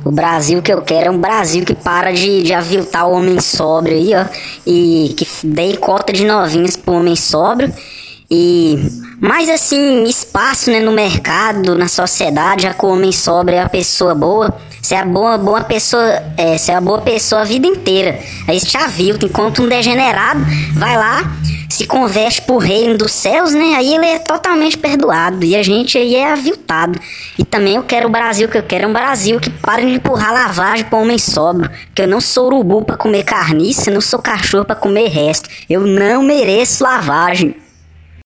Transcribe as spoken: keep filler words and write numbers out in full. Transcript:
O Brasil que eu quero é um Brasil que para de, de aviltar o homem sóbrio aí, ó. E que dê cota de novinhas pro homem sóbrio. E mais assim, espaço, né, no mercado, na sociedade, já que o homem sóbrio é a pessoa boa. Você é a boa, boa pessoa, é, você é a boa pessoa a vida inteira. Aí você te avilta, enquanto um degenerado vai lá, se converte pro reino dos céus, né? Aí ele é totalmente perdoado. E a gente aí é aviltado. E também eu quero o Brasil que eu quero é um Brasil que para de empurrar lavagem pro homem sóbrio. Que eu não sou urubu pra comer carniça, não sou cachorro pra comer resto. Eu não mereço lavagem.